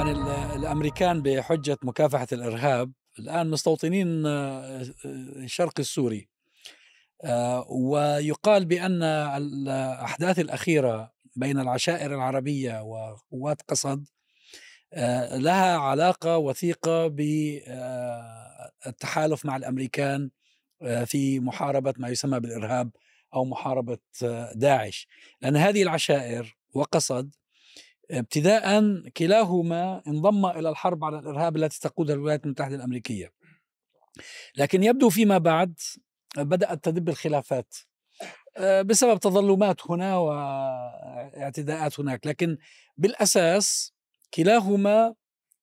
طبعا الأمريكان بحجة مكافحة الإرهاب الآن مستوطنين الشرق السوري. ويقال بأن الأحداث الأخيرة بين العشائر العربية وقوات قسد لها علاقة وثيقة بالتحالف مع الأمريكان في محاربة ما يسمى بالإرهاب أو محاربة داعش، لأن هذه العشائر وقسد ابتداء كلاهما انضم إلى الحرب على الإرهاب التي تقودها الولايات المتحدة الأمريكية، لكن يبدو فيما بعد بدأت تدب الخلافات بسبب تظلمات هنا واعتداءات هناك، لكن بالأساس كلاهما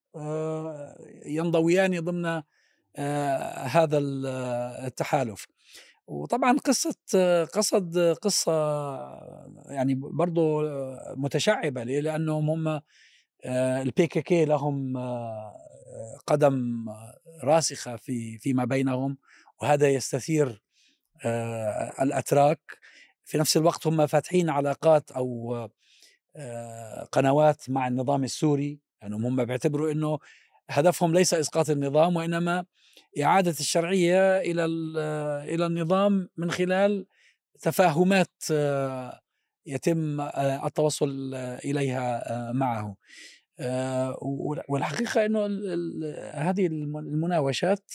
ينضويان ضمن هذا التحالف. وطبعا قصة قسد قصة يعني برضو متشعبة، لأنهم هم البي كي كي لهم قدم راسخة فيما بينهم، وهذا يستثير الأتراك. في نفس الوقت هم فاتحين علاقات أو قنوات مع النظام السوري، لأنهم هم بيعتبروا أنه هدفهم ليس إسقاط النظام، وإنما إعادة الشرعية إلى النظام من خلال تفاهمات يتم التوصل إليها معه. والحقيقة أنه هذه المناوشات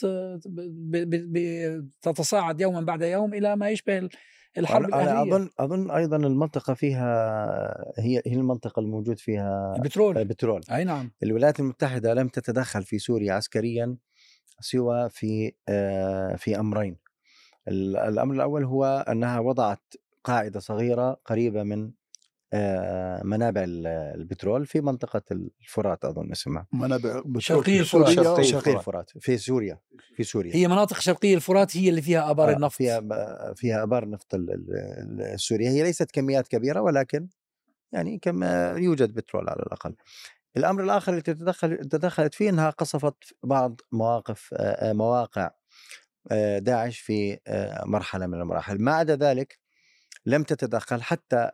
تتصاعد يوما بعد يوم إلى ما يشبه الحرب الأهلية. أنا أظن أيضا المنطقة فيها هي المنطقة الموجود فيها بترول. أي نعم. الولايات المتحدة لم تتدخل في سوريا عسكريا سوى في أمرين. الأمر الأول هو أنها وضعت قاعدة صغيرة قريبة من منابع البترول في منطقة الفرات، أظن اسمها منابع شرقي الفرات في سوريا. هي مناطق شرقية الفرات هي اللي فيها آبار النفط، فيها آبار النفط السورية. هي ليست كميات كبيرة، ولكن يعني كما يوجد بترول على الأقل. الأمر الآخر اللي تدخلت فيه أنها قصفت بعض مواقع داعش في مرحلة من المراحل. ما عدا ذلك لم تتدخل حتى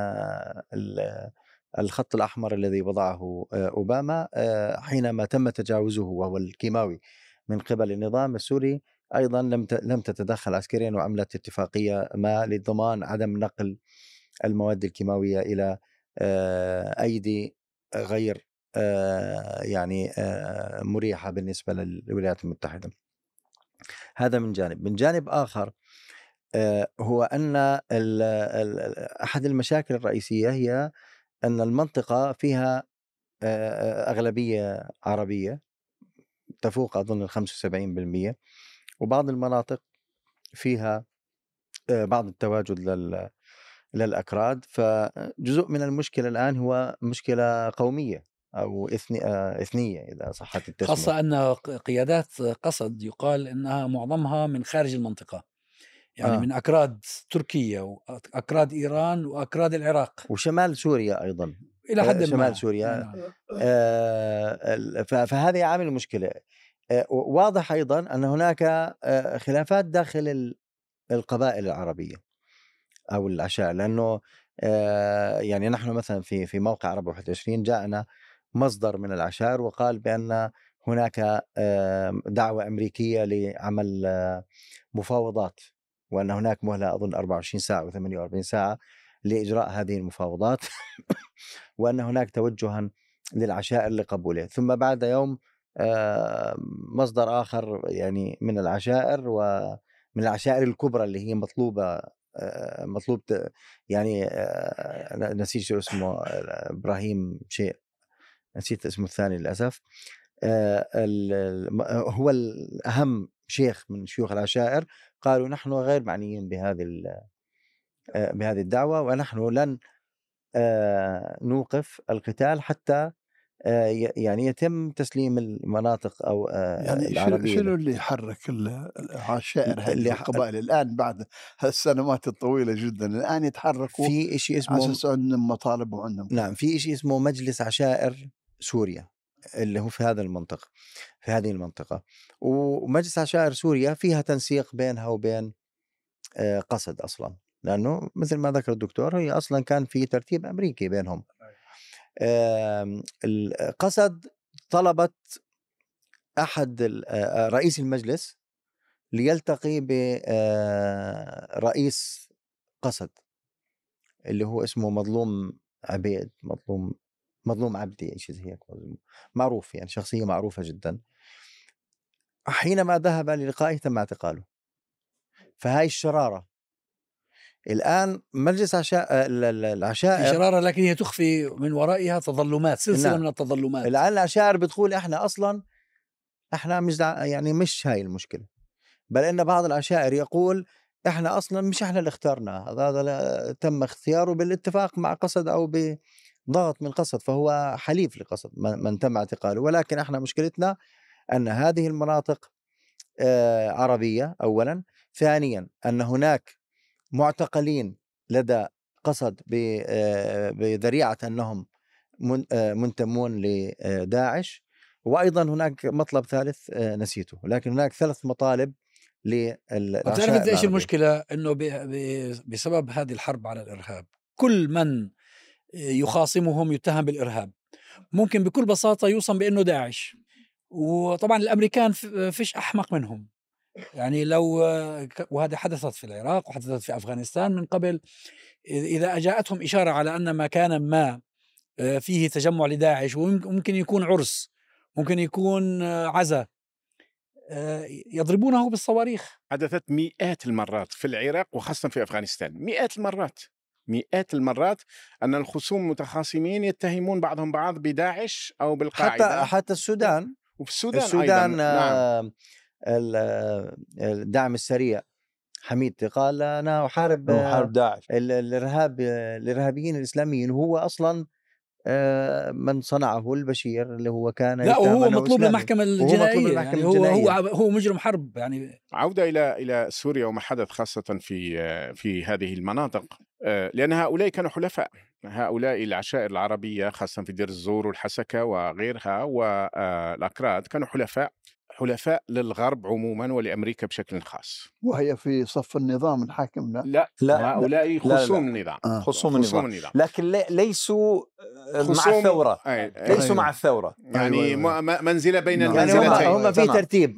الخط الأحمر الذي وضعه أوباما حينما تم تجاوزه، وهو الكيماوي، من قبل النظام السوري. أيضا لم تتدخل عسكريا وعملت اتفاقية ما لضمان عدم نقل المواد الكيماوية إلى أيدي غير يعني مريحة بالنسبة للولايات المتحدة. هذا من جانب. من جانب آخر هو أن أحد المشاكل الرئيسية هي أن المنطقة فيها أغلبية عربية تفوق أظن 75%، وبعض المناطق فيها بعض التواجد للأكراد. فجزء من المشكلة الآن هو مشكلة قومية أو إثنية إذا صحت التسمية، خاصة أن قيادات قسد يقال أنها معظمها من خارج المنطقة، يعني من أكراد تركيا وأكراد إيران وأكراد العراق وشمال سوريا أيضا إلى حد ما. شمال سوريا. فهذه عامل مشكلة. واضح أيضا أن هناك خلافات داخل القبائل العربية أو العشائر، لأنه يعني نحن مثلا في موقع عرب 21 جاءنا مصدر من العشائر وقال بأن هناك دعوة أمريكية لعمل مفاوضات، وأن هناك مهلة أظن 24 ساعة و 48 ساعة لإجراء هذه المفاوضات وأن هناك توجها للعشائر لقبوله. ثم بعد يوم مصدر آخر يعني من العشائر ومن العشائر الكبرى اللي هي مطلوب يعني نسيت شو اسمه، إبراهيم شيء، نسيت اسمه الثاني للأسف، هو الأهم شيخ من شيوخ العشائر، قالوا نحن غير معنيين بهذه الدعوة، ونحن لن نوقف القتال حتى يعني يتم تسليم المناطق أو يعني العربية. شنو اللي يحرك العشائر هذه القبائل الآن بعد هالسنوات الطويلة جدا الآن يتحركوا في شيء اسمه على أساس عندهم مطالب وعندهم نعم في شيء اسمه مجلس عشائر سوريا اللي هو في هذه المنطقة. ومجلس عشائر سوريا فيها تنسيق بينها وبين قسد أصلا، لأنه مثل ما ذكر الدكتور هي أصلا كان في ترتيب أمريكي بينهم. قسد طلبت أحد رئيس المجلس ليلتقي برئيس قسد اللي هو اسمه مظلوم عبيد، مظلوم عبدي، شيء زي هيك، معروف يعني، شخصية معروفة جدا. حينما ذهب للقائه تم اعتقاله. فهاي الشرارة الآن مجلس العشائر، في شرارة لكن هي تخفي من ورائها تظلمات، سلسلة نعم. من التظلمات. الآن العشائر بتقول إحنا أصلا مش يعني مش هاي المشكلة، بل إن بعض العشائر يقول إحنا أصلا مش إحنا اللي اخترناه، هذا تم اختياره بالاتفاق مع قسد أو بضغط من قسد، فهو حليف لقسد من تم اعتقاله. ولكن إحنا مشكلتنا أن هذه المناطق عربية أولا، ثانيا أن هناك معتقلين لدى قسد بذريعة أنهم منتمون لداعش. وأيضا هناك مطلب ثالث نسيته، لكن هناك 3 مطالب للعشائر. تعرف انت ايش المشكلة؟ انه بسبب هذه الحرب على الارهاب كل من يخاصمهم يتهم بالارهاب ممكن بكل بساطة يوصم بانه داعش. وطبعا الامريكان فيش احمق منهم، يعني لو وهذا حدثت في العراق وحدثت في افغانستان من قبل، اذا اجاءتهم اشارة على ان مكانا ما فيه تجمع لداعش، وممكن يكون عرس، ممكن يكون عزاء، يضربونه بالصواريخ. حدثت مئات المرات في العراق وخاصة في أفغانستان، مئات المرات أن الخصوم المتخاصمين يتهمون بعضهم بعض بداعش أو بالقاعدة. حتى السودان، وفي السودان أيضا. نعم. الدعم السريع حميد قال أنا أحارب داعش، الإرهابيين الإسلاميين، وهو أصلا من صنعه البشير اللي هو كان لا، وهو مطلوب للمحكمة الجنائية، يعني هو مجرم حرب. يعني عودة إلى سوريا وما حدث خاصة في هذه المناطق، لأن هؤلاء كانوا حلفاء، هؤلاء العشائر العربية خاصة في دير الزور والحسكة وغيرها والأكراد كانوا حلفاء للغرب عموما ولأمريكا بشكل خاص، وهي في صف النظام الحاكم. لا هؤلاء خصوم النظام، خصوم النظام، لكن ليسوا مع الثورة، ليسوا مع الثورة، يعني منزلة بين يعني المنزلتين. هم في ترتيب.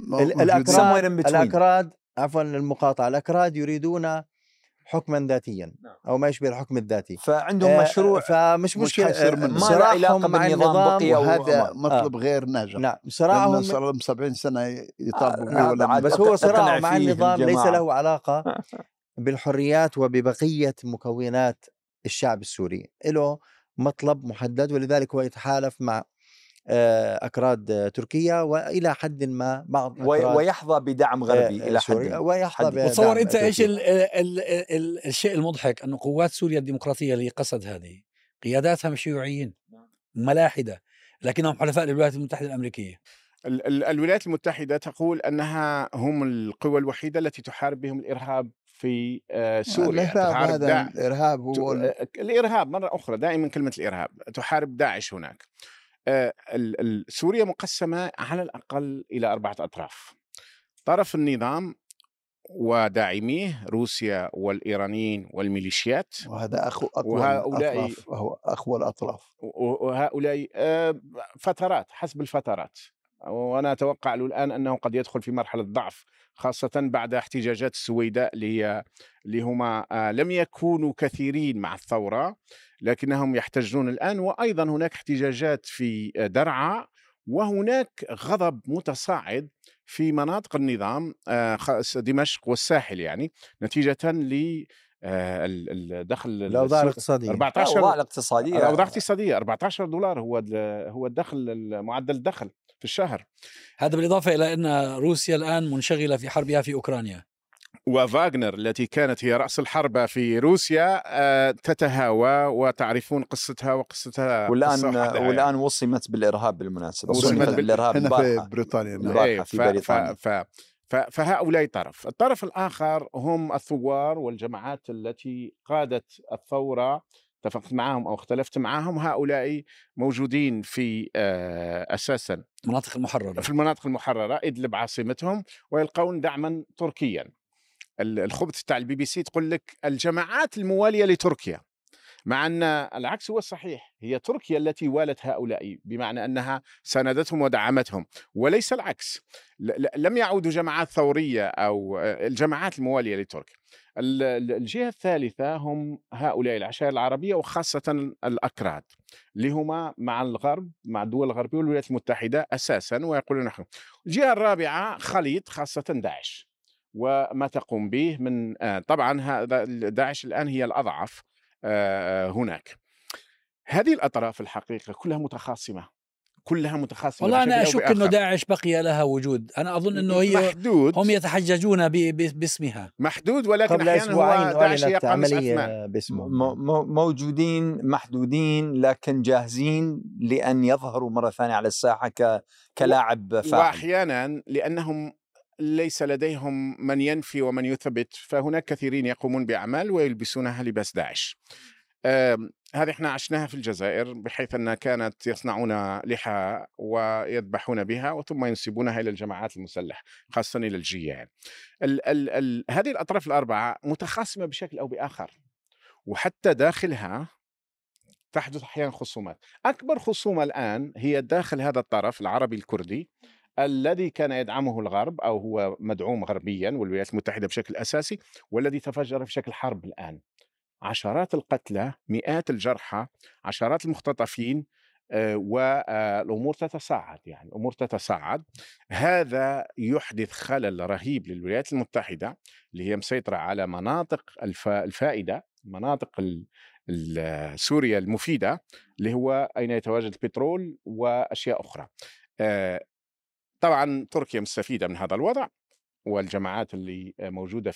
الأكراد عفوا المقاطعة، الأكراد يريدون حكما ذاتيا أو ما يشبه الحكم الذاتي، فعندهم مشروع، فمش مشكلة ما له علاقة بالنظام بقي، وهذا مطلب غير ناجح. نعم، صراعهم صار لهم 70 سنة يطالبوا به، بس هو صراع مع النظام ليس له علاقة بالحريات وببقية مكونات الشعب السوري، له مطلب محدد، ولذلك هو يتحالف مع أكراد تركيا وإلى حد ما بعض ويحظى بدعم غربي إلى حد. وتصور أنت إيش الشيء المضحك، أنه قوات سوريا الديمقراطية اللي قصد هذه قياداتها مش شيوعيين ملاحدة، لكنهم حلفاء للولايات المتحدة الأمريكية. الولايات المتحدة تقول أنها هم القوى الوحيدة التي تحارب بهم الإرهاب في سوريا. الإرهاب هو الإرهاب مرة أخرى، دائما كلمة الإرهاب، تحارب داعش هناك. سوريا مقسمة على الأقل إلى 4 أطراف: طرف النظام وداعميه روسيا والإيرانيين والميليشيات، وهذا أخوة الأطراف، وهؤلاء فترات حسب الفترات، وأنا أتوقع له الآن أنه قد يدخل في مرحلة ضعف، خاصة بعد احتجاجات السويداء اللي هما لم يكونوا كثيرين مع الثورة لكنهم يحتجون الآن. وأيضا هناك احتجاجات في درعا، وهناك غضب متصاعد في مناطق النظام دمشق والساحل، يعني نتيجة الدخل الأوضاع الاقتصادية. الأوضاع الاقتصادية $14 هو الدخل، معدل الدخل في الشهر. هذا بالإضافة إلى أن روسيا الآن منشغلة في حربها في أوكرانيا، وفاغنر التي كانت هي رأس الحرب في روسيا تتهاوى، وتعرفون قصتها والآن وصمت بالإرهاب بالمناسبة، وصمت بالإرهاب هنا في بريطانيا، في بريطانيا. فهؤلاء طرف. الطرف الآخر هم الثوار والجماعات التي قادت الثورة، اتفقت معهم أو اختلفت معهم، هؤلاء موجودين في أساسا المناطق في المناطق المحررة، إدلب عاصمتهم، ويلقون دعما تركيا. الخبث تاع الBBC تقول لك الجماعات الموالية لتركيا، مع أن العكس هو الصحيح، هي تركيا التي والت هؤلاء، بمعنى أنها ساندتهم ودعمتهم وليس العكس. لم يعودوا جماعات ثورية أو الجماعات الموالية لتركيا. الجهة الثالثة هم هؤلاء العشائر العربية وخاصة الأكراد اللي هما مع الغرب، مع الدول الغربية والولايات المتحدة أساسا، ويقولون نحن. الجهة الرابعة خليط خاصة داعش وما تقوم به من طبعا هذا داعش الآن هي الأضعف هناك. هذه الأطراف الحقيقة كلها متخاصمة، والله أنا أشك أنه داعش بقي لها وجود. أنا أظن أنه هي محدود، هم يتحججون باسمها محدود، ولكن أحيانا هو داعش يقمص أثمان موجودين محدودين لكن جاهزين لأن يظهروا مرة ثانية على الساحة كلاعب فاعل. وأحيانا لأنهم ليس لديهم من ينفي ومن يثبت، فهناك كثيرين يقومون بأعمال ويلبسونها لباس داعش. هذه احنا عشناها في الجزائر، بحيث أنها كانت يصنعون لحى ويذبحون بها ثم ينسبونها إلى الجماعات المسلحة خاصة إلى الجيان. هذه الأطراف الأربعة متخاصمة بشكل أو بآخر، وحتى داخلها تحدث أحيانا خصومات. أكبر خصومة الآن هي داخل هذا الطرف العربي الكردي الذي كان يدعمه الغرب أو هو مدعوم غربيا والولايات المتحدة بشكل أساسي، والذي تفجر في شكل حرب الآن. عشرات القتلى، مئات الجرحى، عشرات المختطفين، والأمور تتصاعد، يعني الأمور تتصاعد. هذا يحدث خلل رهيب للولايات المتحدة اللي هي مسيطرة على مناطق الفائدة، مناطق سوريا المفيدة اللي هو أين يتواجد البترول وأشياء أخرى. طبعا تركيا مستفيدة من هذا الوضع، والجماعات اللي موجودة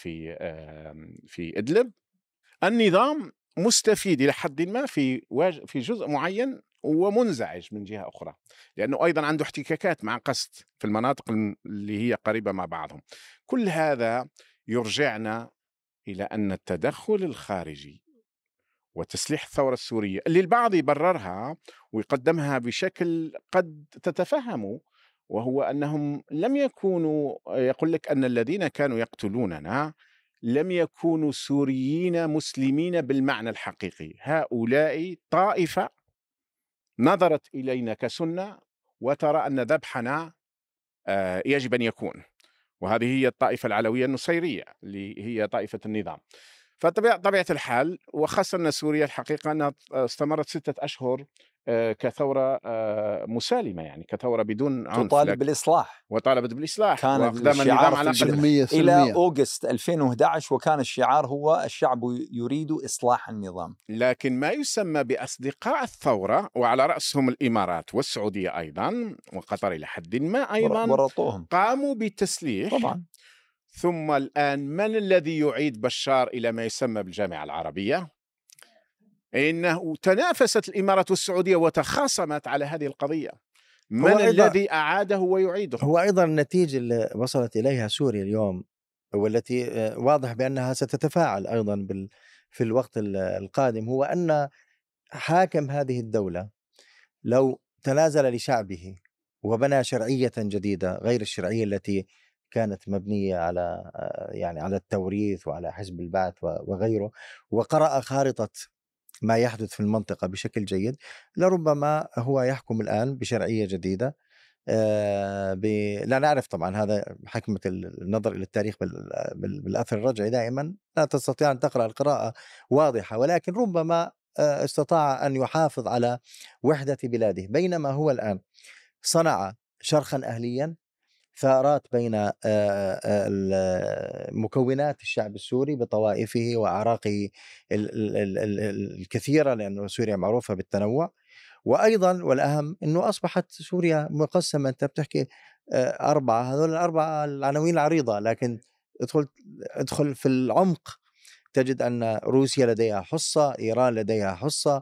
في إدلب. النظام مستفيد إلى حد ما في جزء معين ومنزعج من جهة أخرى، لأنه أيضا عنده احتكاكات مع قسد في المناطق اللي هي قريبة مع بعضهم. كل هذا يرجعنا إلى أن التدخل الخارجي وتسليح الثورة السورية اللي البعض يبررها ويقدمها بشكل قد تتفهموا، وهو أنهم لم يكونوا، يقول لك أن الذين كانوا يقتلوننا لم يكونوا سوريين مسلمين بالمعنى الحقيقي، هؤلاء طائفة نظرت إلينا كسنة وترى أن ذبحنا يجب أن يكون، وهذه هي الطائفة العلوية النصيرية اللي هي طائفة النظام. فطبيعة الحال، وخاصة أن سوريا الحقيقة أنها استمرت 6 أشهر كثورة مسالمة، يعني كثورة بدون عنف، تطالب بالإصلاح، وطالبت بالإصلاح، كان وأقدام النظام على سلمية إلى أغسطس 2011، وكان الشعار هو الشعب يريد إصلاح النظام. لكن ما يسمى بأصدقاء الثورة، وعلى رأسهم الإمارات والسعودية أيضا وقطر إلى حد ما أيضا، ورطوهم، قاموا بالتسليح طبعا. ثم الآن من الذي يعيد بشار إلى ما يسمى بالجامعة العربية؟ إنه تنافست الإمارات والسعودية وتخاصمت على هذه القضية. من الذي أعاده ويعيده؟ هو أيضا النتيجة اللي وصلت إليها سوريا اليوم، والتي واضح بأنها ستتفاعل أيضا في الوقت القادم، هو أن حاكم هذه الدولة لو تنازل لشعبه وبنى شرعية جديدة غير الشرعية التي كانت مبنية على على التوريث وعلى حزب البعث وغيره، وقرأ خارطة ما يحدث في المنطقة بشكل جيد، لربما هو يحكم الآن بشرعية جديدة. لا نعرف طبعا، هذا حكمة النظر إلى التاريخ بالأثر الرجعي، دائما لا تستطيع أن تقرأ القراءة واضحة، ولكن ربما استطاع أن يحافظ على وحدة بلاده، بينما هو الآن صنع شرخا أهليا، ثارات بين مكونات الشعب السوري بطوائفه وأعراقه الكثيرة، لأن سوريا معروفة بالتنوع. وأيضا والأهم أنه أصبحت سوريا مقسمة، أنت بتحكي 4، هذول 4 العناوين العريضة، لكن ادخل في تجد أن روسيا لديها حصة، إيران لديها حصة،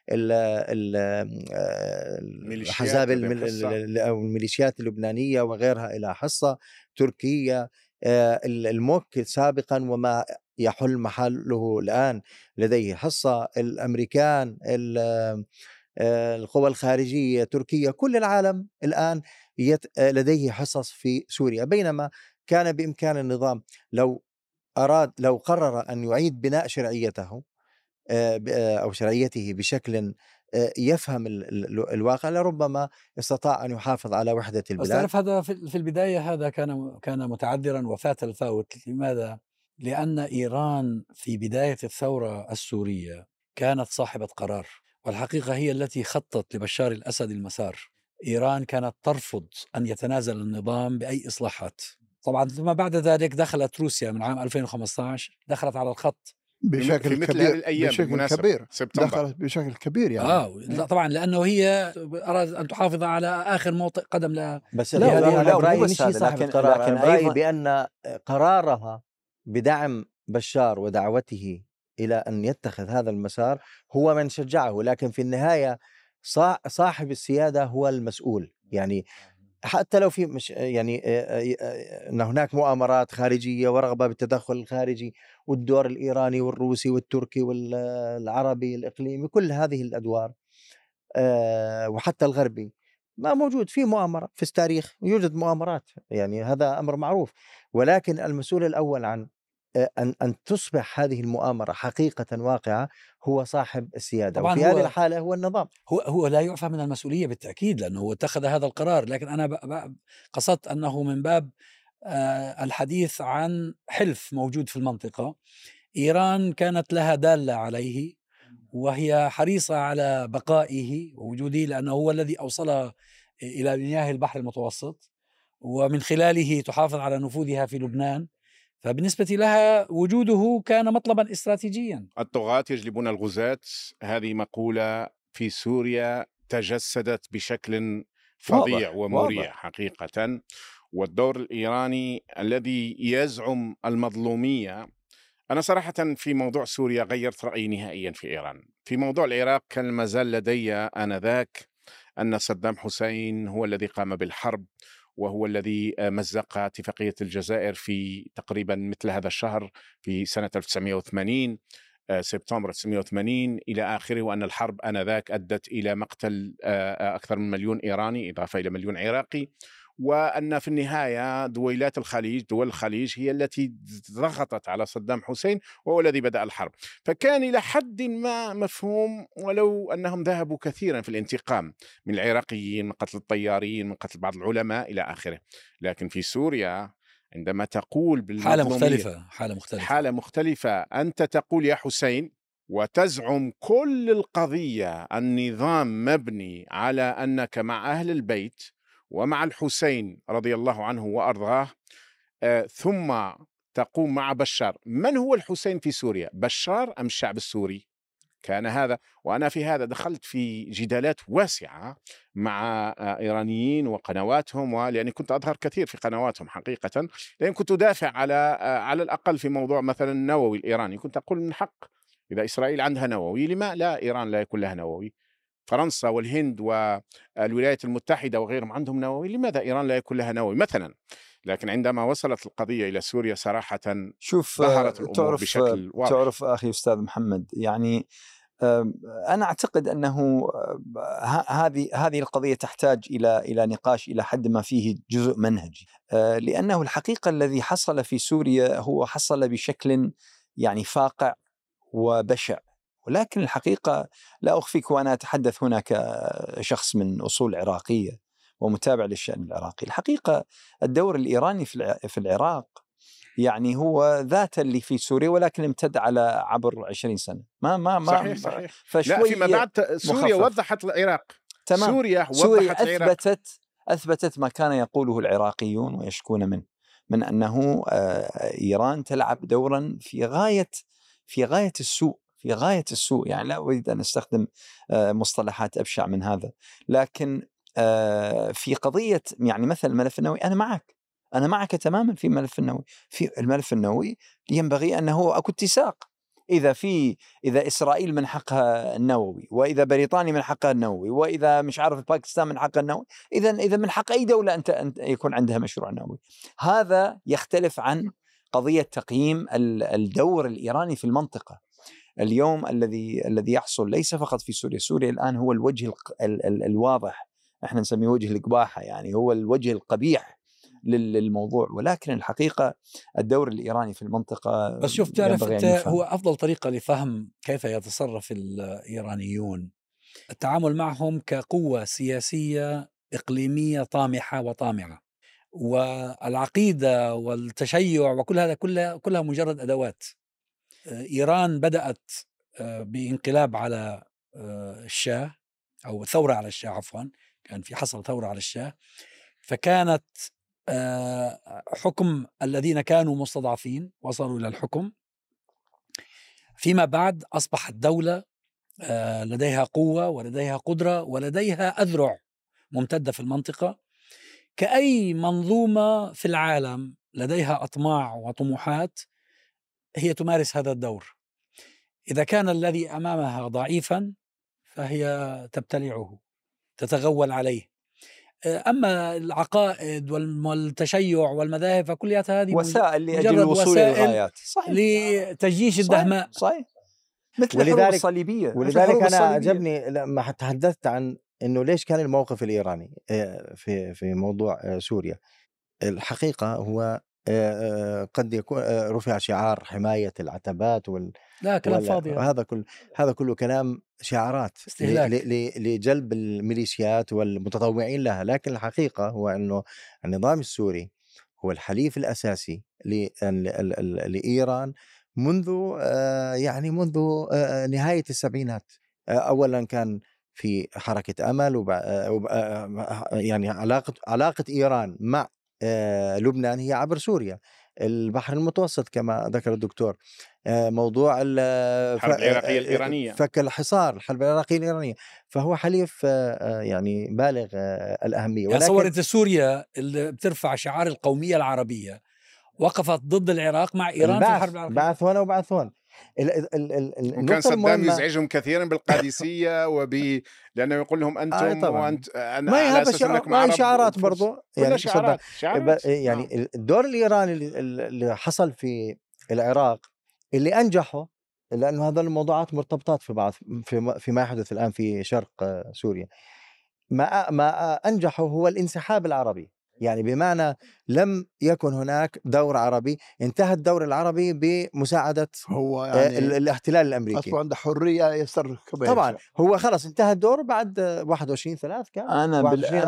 الحزاب أو الميليشيات اللبنانية وغيرها إلى حصة، تركيا، الموك سابقا وما يحل محله الآن لديه حصة، الأمريكان، القوى الخارجية، تركيا، كل العالم الآن لديه حصص في سوريا. بينما كان بإمكان النظام لو قرر أن يعيد بناء شرعيته أو شرعيته بشكل يفهم الواقع، لربما استطاع أن يحافظ على وحدة بس البلاد. تعرف هذا في البداية هذا كان متعذرا وفات الفوت. لماذا؟ لأن إيران في بداية الثورة السورية كانت صاحبة قرار، والحقيقة هي التي خطت لبشار الأسد المسار. إيران كانت ترفض أن يتنازل النظام بأي إصلاحات. طبعا ثم بعد ذلك دخلت روسيا من عام 2015، دخلت على الخط بشكل في مثل كبير، هذه الأيام بشكل بالمناسبة كبير سبتمبر. دخلت بشكل كبير يعني. لا طبعا لأنه هي أرادت أن تحافظ على آخر موطئ قدم لها. بس لا، أنا لا، برأيي مو بس مش هي هذا، صاحبة لكن قرار، أنا برأيي أيضا بأن قرارها بدعم بشار ودعوته إلى أن يتخذ هذا المسار هو من شجعه، لكن في النهاية صاحب السيادة هو المسؤول. يعني حتى لو في مش يعني أن هناك مؤامرات خارجية ورغبة بالتدخل الخارجي والدور الإيراني والروسي والتركي والعربي الإقليمي، كل هذه الأدوار وحتى الغربي ما موجود في مؤامرة في التاريخ، يوجد مؤامرات، يعني هذا أمر معروف، ولكن المسؤول الأول عن أن تصبح هذه المؤامرة حقيقة واقعة هو صاحب السيادة، طبعا وفي هذه الحالة هو النظام. هو لا يعفى من المسؤولية بالتأكيد، لأنه هو اتخذ هذا القرار. لكن أنا قصدت أنه من باب الحديث عن حلف موجود في المنطقة. إيران كانت لها دالة عليه، وهي حريصة على بقائه ووجوده، لأنه هو الذي أوصلها إلى مياه البحر المتوسط، ومن خلاله تحافظ على نفوذها في لبنان. فبالنسبة لها وجوده كان مطلبا استراتيجيا. الطغاة يجلبون الغزاة، هذه مقولة في سوريا تجسدت بشكل فظيع ومريع حقيقة. والدور الإيراني الذي يزعم المظلومية. أنا صراحة في موضوع سوريا غيرت رأيي نهائيا في إيران. في موضوع العراق كان ما زال لدي آنذاك أن صدام حسين هو الذي قام بالحرب، وهو الذي مزق اتفاقية الجزائر في تقريبا مثل هذا الشهر في سنة 1980 سبتمبر 1980 إلى آخره، وأن الحرب آنذاك أدت إلى مقتل أكثر من 1,000,000 إيراني إضافة إلى 1,000,000 عراقي، وأن في النهاية دول الخليج هي التي ضغطت على صدام حسين وهو الذي بدأ الحرب. فكان إلى حد ما مفهوم، ولو أنهم ذهبوا كثيرا في الانتقام من العراقيين، من قتل الطيارين، من قتل بعض العلماء إلى آخره. لكن في سوريا عندما تقول بالمظلومية حالة مختلفة، أنت تقول يا حسين وتزعم كل القضية النظام مبني على أنك مع أهل البيت ومع الحسين رضي الله عنه وأرضاه، ثم تقوم مع بشار. من هو الحسين في سوريا؟ بشار أم الشعب السوري؟ كان هذا. وأنا في هذا دخلت في جدالات واسعة مع إيرانيين وقنواتهم، ولأني كنت أظهر كثير في قنواتهم حقيقة، لأن كنت أدافع على الأقل في موضوع مثلا النووي الإيراني. كنت أقول من حق إذا إسرائيل عندها نووي، لما لا إيران لا يكون لها نووي؟ فرنسا والهند والولايات المتحدة وغيرهم عندهم نووي، لماذا إيران لا يكون لها نووي مثلا؟ لكن عندما وصلت القضية إلى سوريا صراحة ظهرت الأمور بشكل واضح. تعرف أخي أستاذ محمد، يعني أنا أعتقد أنه هذه القضية تحتاج إلى نقاش إلى حد ما فيه جزء منهجي، لأنه الحقيقة الذي حصل في سوريا هو حصل بشكل يعني فاقع وبشع. ولكن الحقيقة لا أخفيك، وأنا أتحدث هنا كشخص من أصول عراقية ومتابع للشأن العراقي، الحقيقة الدور الإيراني في العراق يعني هو ذات اللي في سوريا، ولكن امتد على عبر 20 سنة. ما صحيح. لا، فيما بعد سوريا وضحت العراق. تمام. سوريا وضحت العراق. أثبتت ما كان يقوله العراقيون ويشكون من أنه إيران تلعب دورا في غاية السوء. يعني لا أريد أن أستخدم مصطلحات أبشع من هذا، لكن في قضية يعني مثل الملف النووي أنا معك تماما في الملف النووي ينبغي أنه أكو اتساق. إذا إسرائيل من حقها النووي، وإذا بريطانيا من حقها النووي، وإذا مش عارف باكستان من حقها النووي، إذا من حق أي دولة أن يكون عندها مشروع نووي. هذا يختلف عن قضية تقييم الدور الإيراني في المنطقة. اليوم الذي يحصل ليس فقط في سوريا الآن هو الوجه الواضح، احنا نسميه وجه القباحة، يعني هو الوجه القبيح للموضوع. ولكن الحقيقة الدور الإيراني في المنطقة بس شوف تعرف هو أفضل طريقة لفهم كيف يتصرف الإيرانيون التعامل معهم كقوة سياسية إقليمية طامحة وطامعة، والعقيدة والتشيع وكل هذا كلها مجرد أدوات. إيران بدأت بانقلاب على الشاه أو ثورة على الشاه، عفوا كان في حصل ثورة على الشاه، فكانت حكم الذين كانوا مستضعفين وصلوا إلى الحكم. فيما بعد أصبحت دولة لديها قوة ولديها قدرة ولديها أذرع ممتدة في المنطقة. كأي منظومة في العالم لديها أطماع وطموحات، هي تمارس هذا الدور. إذا كان الذي أمامها ضعيفا فهي تبتلعه، تتغول عليه. أما العقائد والتشيع والمذاهب فكلها هذه وسائل لأجل الوصول إلى الغايات، لتجيش الدهماء. صحيح. مثل الحروب الصليبية. ولذلك أنا عجبني لما تحدثت عن إنه ليش كان الموقف الإيراني في موضوع سوريا. الحقيقة هو قد يكون رفع شعار حماية العتبات لا كلام فاضي. هذا كله كلام شعارات لجلب الميليشيات والمتطوعين لها. لكن الحقيقة هو أنه النظام السوري هو الحليف الأساسي لإيران منذ نهاية السبعينات. أولا كان في حركة أمل يعني علاقة إيران مع لبنان هي عبر سوريا، البحر المتوسط كما ذكر الدكتور، موضوع الحرب العراقية الإيرانية، فك الحصار، الحرب العراقية الإيرانية. فهو حليف يعني بالغ الأهمية. ولكن صورة سوريا اللي بترفع شعار القومية العربية وقفت ضد العراق مع إيران في الحرب العراقية. بعث هنا وبعث هون. وكان صدام يزعجهم كثيرا بالقادسية لأنه يقول لهم أنتم وأنت أنا على أساس أنكم عرب. شعارات برضو يعني شعارات. يعني الدور الإيراني اللي حصل في العراق اللي أنجحه، لأنه هذول الموضوعات مرتبطات في بعض فيما يحدث الآن في شرق سوريا. ما أنجحه هو الانسحاب العربي، يعني بمعنى لم يكن هناك دور عربي. انتهى الدور العربي بمساعدة هو يعني الاحتلال الأمريكي. أصبح عنده حرية يسر طبعا هو خلص انتهى الدور بعد 21/3 كان أنا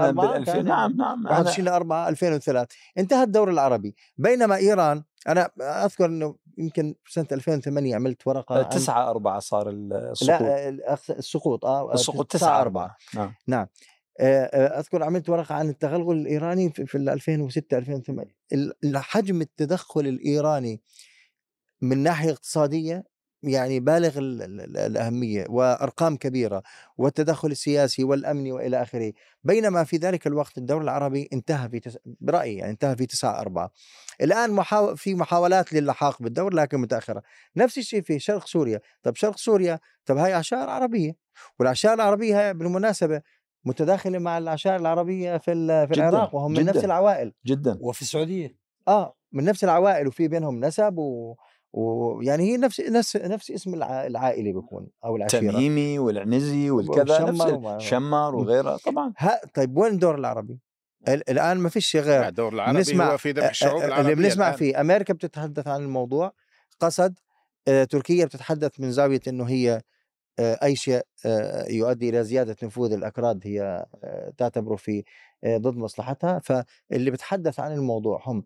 نعم 21/4/2003 انتهى الدور العربي. بينما إيران، أنا أذكر أنه يمكن سنة 2008 عملت ورقة 9/4 صار السقوط. لا السقوط السقوط 9/4. نعم. أذكر عملت ورقة عن التغلغل الإيراني في 2006-2008. حجم التدخل الإيراني من ناحية اقتصادية يعني بالغ الأهمية وأرقام كبيرة، والتدخل السياسي والأمني وإلى آخره. بينما في ذلك الوقت الدور العربي انتهى برأيي يعني انتهى في 9/4. الآن في محاولات للحاق بالدور لكن متأخرة. نفس الشيء في شرق سوريا. طب شرق سوريا هاي أعشار عربية، والأعشار العربية هاي بالمناسبة متداخلة مع الأعشار العربية في العراق، وهم من نفس العوائل جدا. وفي السعودية من نفس العوائل، وفي بينهم نسب ويعني هي نفس اسم العائلة بيكون أو العشيرة. تميمي والعنزي والكذا، نفس شمر وغيره طبعا. طيب وين الدور العربي؟ الآن ما فيش غير الدور العربي هو في ذبح الشعوب العربية اللي بنسمع فيه. أمريكا بتتحدث عن الموضوع قصد، تركيا بتتحدث من زاوية إنه هي أي شيء يؤدي إلى زيادة نفوذ الأكراد هي تعتبره في ضد مصلحتها. فاللي بتحدث عن الموضوع هم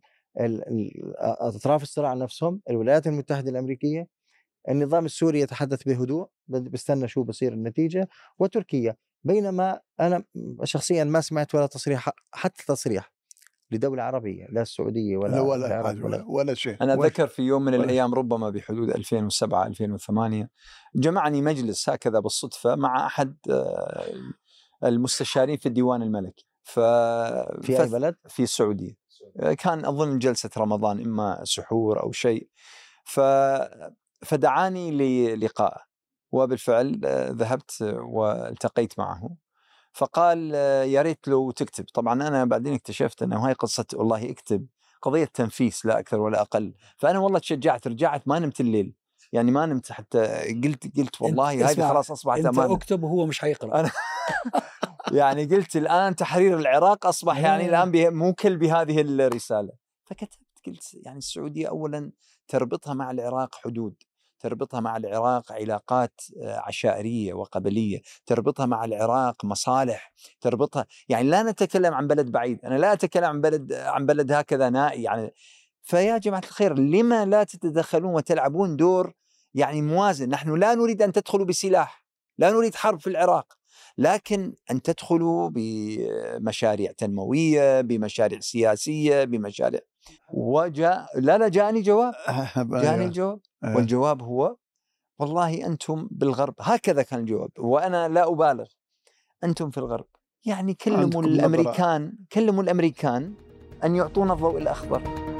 أطراف الصراع نفسهم، الولايات المتحدة الأمريكية، النظام السوري يتحدث بهدوء بستنى شو بصير النتيجة، وتركيا. بينما أنا شخصيا ما سمعت ولا تصريح، حتى تصريح لدولة عربية، لا السعودية ولا شيء. أنا ذكر في يوم من الأيام ربما بحدود 2007-2008 جمعني مجلس هكذا بالصدفة مع أحد المستشارين في الديوان الملكي في أي بلد؟ في السعودية. كان أظن جلسة رمضان، إما سحور أو شيء، فدعاني للقاء، وبالفعل ذهبت والتقيت معه. فقال يا ريت لو تكتب. طبعا أنا بعدين اكتشفت أنه هاي قصة والله اكتب، قضية تنفيس لا أكثر ولا أقل. فأنا والله تشجعت، رجعت ما نمت الليل، يعني ما نمت حتى قلت والله هذه خلاص أصبحت أمانة. أنت اكتب وهو مش حيقرأ. يعني قلت الآن تحرير العراق أصبح يعني الآن موكل بهذه الرسالة. فكتبت قلت يعني السعودية أولا تربطها مع العراق حدود، تربطها مع العراق علاقات عشائرية وقبلية، تربطها مع العراق مصالح، تربطها يعني لا نتكلم عن بلد بعيد، أنا لا أتكلم عن بلد هكذا نائي يعني. فيا جماعة الخير لما لا تتدخلون وتلعبون دور يعني موازن؟ نحن لا نريد أن تدخلوا بسلاح، لا نريد حرب في العراق، لكن أن تدخلوا بمشاريع تنموية، بمشاريع سياسية، بمشاريع. لا جاءني جواب، جاءني الجواب، والجواب هو والله أنتم بالغرب. هكذا كان الجواب، وأنا لا أبالغ، أنتم في الغرب يعني كلموا الأمريكان أن يعطونا الضوء الأخضر.